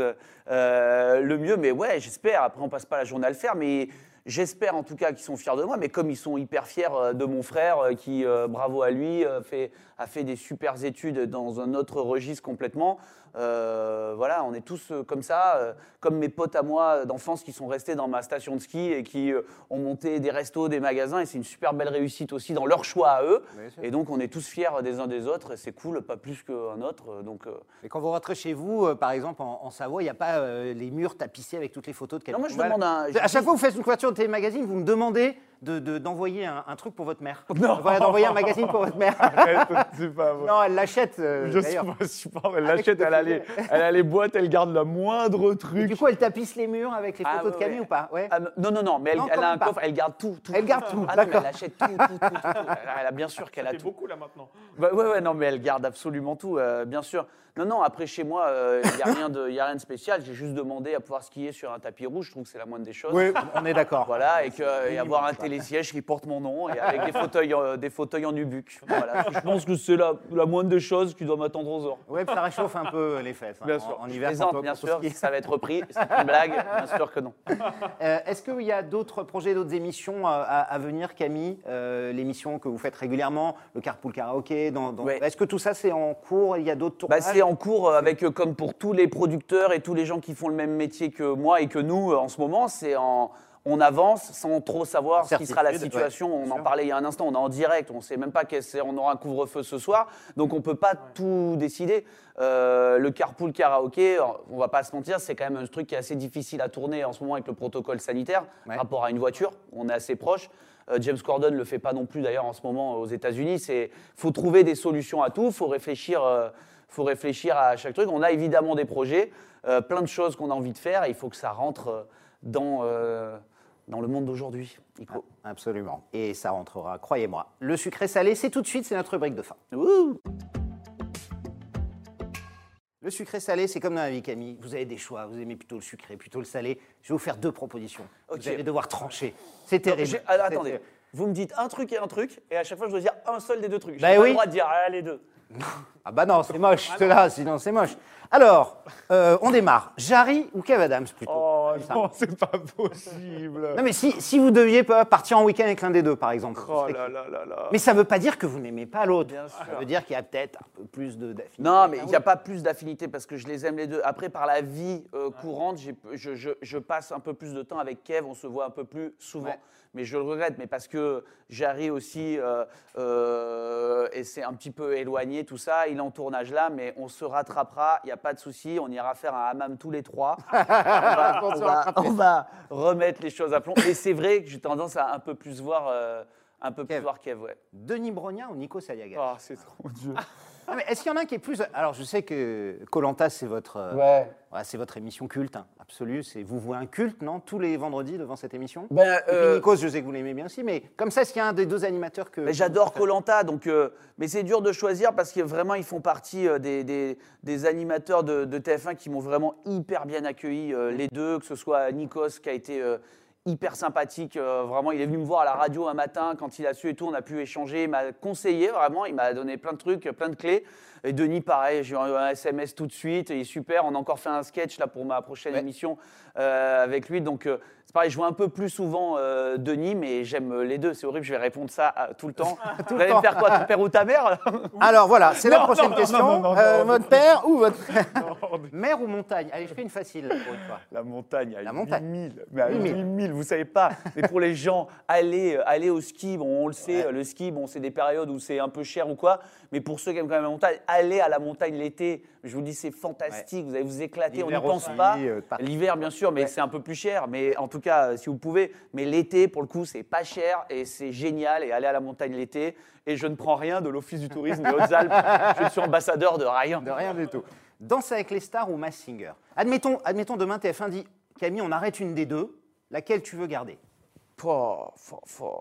euh, le mieux, mais ouais, j'espère. Après, on passe pas la journée à le faire, mais j'espère en tout cas qu'ils sont fiers de moi. Mais comme ils sont hyper fiers euh, de mon frère, euh, qui, euh, bravo à lui, euh, fait, a fait des super études dans un autre registre complètement. Euh, voilà, on est tous euh, comme ça, euh, comme mes potes à moi d'enfance qui sont restés dans ma station de ski et qui euh, ont monté des restos, des magasins, et c'est une super belle réussite aussi dans leur choix à eux. Bien sûr. Et donc on est tous fiers des uns des autres, et c'est cool, pas plus qu'un autre. Donc, euh, Et quand vous rentrez chez vous, euh, par exemple en, en Savoie, il n'y a pas euh, les murs tapissés avec toutes les photos de quelqu'un. Non, moi, je demande un- À chaque fois que vous faites une couverture de télémagazine, vous me demandez de- de- d'envoyer un, un truc pour votre mère. Non. Voilà, d'envoyer un magazine pour votre mère. C'est pas vrai. Non, elle l'achète euh, Je sais d'ailleurs. pas, super, elle l'achète, elle a, les, elle a les boîtes, elle garde le moindre Et truc. du coup, elle tapisse les murs avec les Ah, photos de ouais, Camille ouais. ou pas? Ouais. ah, non, non, non, mais elle, Non, elle quand a un même pas. coffre, elle garde tout. tout Elle tout. garde tout, Ah non, mais d'accord. elle achète tout, tout, tout, tout, tout. Elle, elle a bien sûr qu'elle Ça a fait tout. beaucoup là maintenant. Bah, ouais, ouais, non, mais elle garde absolument tout, euh, bien sûr. Non, non, après chez moi, il n'y a, rien de- y a rien de spécial. J'ai juste demandé à pouvoir skier sur un tapis rouge. Je trouve que c'est la moindre des choses. Oui, on est d'accord. Voilà, et, que, et avoir un télésiège qui porte mon nom et avec des fauteuils, euh, des fauteueuils en nubuck. Voilà. Je pense que c'est la, la moindre des choses qui doit m'attendre aux heures. Ouais, puis ça réchauffe un peu les fesses. hein, Bien en- sûr. En, Je hiver, plaisante, quand on- bien quand on sûr, skie. ça va être repris. C'est une blague, bien sûr que non. Euh, Est-ce qu'il y a d'autres projets, d'autres émissions à, à- à venir, Camille? Euh, L'émission que vous faites régulièrement, le Carpool Karaoké. Dans, dans- Ouais. Est-ce que tout ça c'est en cours? Il y a d'autres Bah, tournages? c'est en cours euh, avec, euh, comme pour tous les producteurs et tous les gens qui font le même métier que moi et que nous euh, en ce moment, c'est en, on avance sans trop savoir ce qui sera la Certitude, situation. ouais, on bien en sûr. parlait il y a un instant, on est en direct, on ne sait même pas qu'on aura un couvre-feu ce soir, donc on ne peut pas tout décider. Euh, le carpool karaoké, on ne va pas se mentir, c'est quand même un truc qui est assez difficile à tourner en ce moment avec le protocole sanitaire Ouais. par rapport à une voiture, on est assez proche. Euh, James Corden ne le fait pas non plus d'ailleurs en ce moment aux États-Unis. Il faut trouver des solutions à tout, il faut réfléchir. euh, faut réfléchir à chaque truc. On a évidemment des projets, euh, plein de choses qu'on a envie de faire et il faut que ça rentre euh, dans, euh, dans le monde d'aujourd'hui. Nico. Ah, absolument. Et ça rentrera, croyez-moi. Le sucré-salé, c'est tout de suite, c'est notre rubrique de fin. Ouh. Le sucré-salé, c'est comme dans la vie, Camille. Vous avez des choix. Vous aimez plutôt le sucré, plutôt le salé. Je vais vous faire deux propositions. Ok. Vous allez devoir trancher. C'est terrible. J'ai- alors, C'est attendez, terrible. vous me dites un truc et un truc, et à chaque fois je dois dire un seul des deux trucs. J'ai Bah pas oui. le droit de dire ah, les deux. Ah bah non, c'est moche, cela, sinon c'est moche. Alors, euh, on démarre. Jarry ou Kev Adams, plutôt? Oh Comme ça. non, c'est pas possible. Non mais si, si vous deviez pas partir en week-end avec l'un des deux, par exemple. Oh ce serait là qui là là là. Mais ça veut pas dire que vous n'aimez pas l'autre. Bien Ça sûr. veut dire qu'il y a peut-être un peu plus de d'affinité. Non, mais il n'y a Ah, pas plus d'affinité parce que je les aime les deux. Après, par la vie euh, courante, j'ai- je, je- je passe un peu plus de temps avec Kev, on se voit un peu plus souvent. Ouais. Mais je le regrette, mais parce que Jarry aussi, euh, euh, et c'est un petit peu éloigné tout ça, il est en tournage là, mais on se rattrapera, il n'y a pas de souci, on ira faire un hammam tous les trois. on, va, Pour on se va- rattraper. on va remettre les choses à plomb. Et c'est vrai que j'ai tendance à un peu plus voir, euh, un peu plus Kev. voir Kev, ouais. Denis Brognard ou Nico Sayaga? Oh, c'est trop dur. Ah, mais est-ce qu'il y en a un qui est plus... Alors je sais que koh c'est votre, euh, Ouais. voilà, c'est votre émission culte, hein, absolue. C'est vous vouez un culte, non? Tous les vendredis devant cette émission. Ben, Et puis euh, Nikos, je sais que vous l'aimez bien aussi, mais comme ça, est-ce qu'il y a un des deux animateurs que... Mais j'adore Koh-Lanta, donc euh, mais c'est dur de choisir parce que vraiment ils font partie euh, des, des- des animateurs de, de T F un qui m'ont vraiment hyper bien accueilli, euh, les deux, que ce soit Nikos qui a été euh, hyper sympathique, euh, vraiment il est venu me voir à la radio un matin quand il a su et tout, on a pu échanger, il m'a conseillé vraiment, il m'a donné plein de trucs, plein de clés. Et Denis pareil, j'ai eu un S M S tout de suite, il est super, on a encore fait un sketch là pour ma prochaine Ouais. émission euh, avec lui, donc euh, c'est pareil, je vois un peu plus souvent euh, Denis, mais j'aime les deux, c'est horrible, je vais répondre ça à- tout le temps. Tout Vous le allez temps. me faire quoi, ton père ou ta mère là Alors voilà, c'est la Non, prochaine non, question. non, non, non, Euh, non, votre père ou votre... Non, Mer ou montagne? Allez, je fais une facile pour une fois. La montagne à La montagne. huit mille. Mais à huit mille. huit mille. Vous savez pas, mais pour les gens, aller, euh, aller au ski, bon, on le sait, euh, le ski, bon, c'est des périodes où c'est un peu cher ou quoi, mais pour ceux qui aiment quand même la montagne, aller à la montagne l'été, je vous dis, c'est fantastique, vous allez vous éclater, on n'y L'hiver pense aussi, pas. euh, pas- L'hiver, bien sûr, mais Ouais. c'est un peu plus cher, mais en tout cas, euh, si vous pouvez, mais l'été, pour le coup, c'est pas cher et c'est génial, et aller à la montagne l'été, et je ne prends rien de l'Office du tourisme des Hautes-Alpes, je suis ambassadeur de rien. De rien du tout. Danse avec les stars ou Masked Singer? Admettons, admettons demain T F un dit Camille, on arrête une des deux, laquelle tu veux garder? Pouah, fou- fou-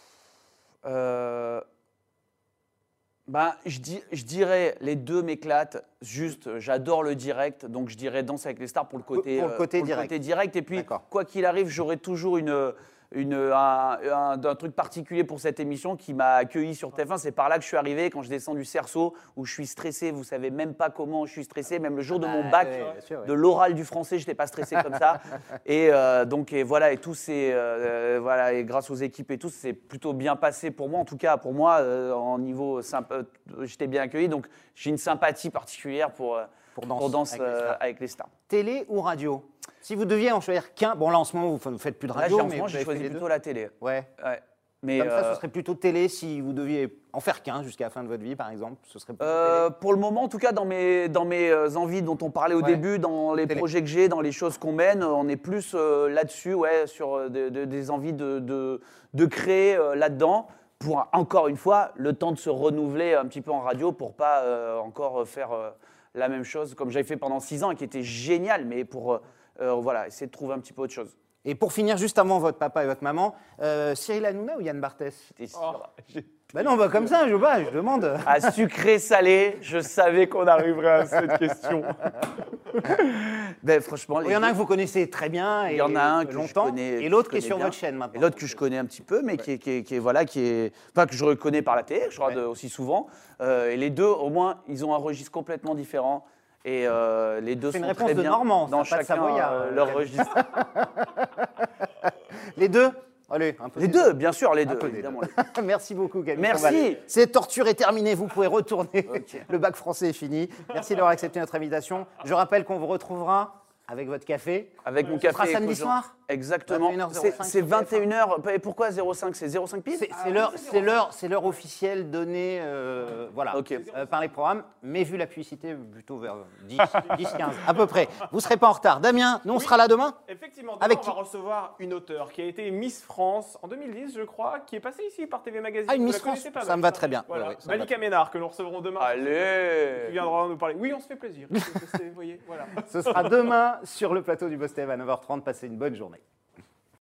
Euh, ben, je, dis- je dirais les deux m'éclatent. Juste, euh, j'adore le direct, donc je dirais Danse avec les stars pour le côté, Pour le euh, côté direct. direct. Et puis, D'accord. quoi qu'il arrive, j'aurai toujours une, une, un, un- un truc particulier pour cette émission qui m'a accueilli sur T F un. C'est par là que je suis arrivé, quand je descends du cerceau, où je suis stressé. Vous savez même pas comment je suis stressé. Même le jour de mon Ah, bac, ouais, bien sûr, ouais. de l'oral du français, je n'étais pas stressé comme ça. Et euh, donc et voilà, et tout c'est euh, voilà, et grâce aux équipes et tout, c'est plutôt bien passé pour moi. En tout cas, pour moi, euh, en niveau sympa, euh, j'étais bien accueilli. Donc j'ai une sympathie particulière pour euh, Pour Danse pour Danse avec les euh, stars. avec les stars. Télé ou radio? Si vous deviez en choisir qu'un, bon là en ce moment vous ne faites plus de Là, radio, j'ai- en mais ce moment, vous j'ai avez choisi fait les plutôt deux. la télé. Ouais. Ouais. Mais Comme ça, euh, ce serait plutôt télé si vous deviez en faire qu'un jusqu'à la fin de votre vie, par exemple. Ce serait plutôt Euh, télé. pour le moment, en tout cas, dans mes, dans mes euh, envies dont on parlait au Ouais. début, dans les Télé. projets que j'ai, dans les choses qu'on mène, on est plus euh, là-dessus, ouais, sur euh, de- de- des envies de, de, de créer euh, là-dedans, pour, encore une fois, le temps de se renouveler un petit peu en radio pour pas euh, encore faire euh, la même chose comme j'avais fait pendant six ans et qui était génial, mais pour euh, euh, voilà, essayer de trouver un petit peu autre chose. Et pour finir, juste avant votre papa et votre maman, euh, Cyril Hanouna ou Yann Barthès? C'était sûr. Oh, j'ai- Ben non, bah comme ça, je, bah, je demande. À sucré-salé, je savais qu'on arriverait à cette question. Ben, franchement, les Il y en a un deux- que vous connaissez très bien et Il y en a un que je longtemps, connais- et que l'autre je qui est connais sur bien. votre chaîne maintenant. Et l'autre que je connais un petit peu, mais qui, est, qui, est, qui est- voilà, qui est, enfin que je reconnais par la télé, je regarde Ouais. aussi souvent. Euh, et les deux, au moins, ils ont un registre complètement différent. Et euh, les deux C'est sont une très réponse de bien Normand, ça, dans pas de chacun Savoyard, euh, euh, leur Yann. registre. Les deux? Allez, un peu Les des deux, bien sûr, les Un deux, peu des évidemment. deux. Merci beaucoup, Camille. Merci. Combal. Cette torture est terminée, vous pouvez retourner. Le bac français est fini. Merci d'avoir accepté notre invitation. Je rappelle qu'on vous retrouvera avec votre café. Avec mon Ce café. sera samedi Cogent. soir? Exactement. vingt et une heures C'est cinq c'est sur T F un. vingt et une heures. Et pourquoi zéro cinq? C'est zéro cinq pile? C'est c'est l'heure, c'est l'heure, c'est l'heure officielle donnée, euh, voilà, Ok. euh, par les programmes. Mais vu la publicité, plutôt vers dix, dix, quinze, à peu près. Vous serez pas en retard. Damien, nous on Oui. sera là demain. Effectivement, demain, Avec on qui va recevoir une auteure qui a été Miss France en deux mille dix, je crois, qui est passée ici par T V Magazine. Ah, une Vous Miss la France, connaissez pas, ça Max, me va hein très bien. Voilà. Ouais, ouais, ça me va Malika Ménard, que nous recevrons demain. Qui Allez. viendra nous parler. Oui, on se fait plaisir. C'est- c'est- vous voyez, voilà. Ce sera demain sur le plateau du Boss T V à neuf heures trente. Passez une bonne journée.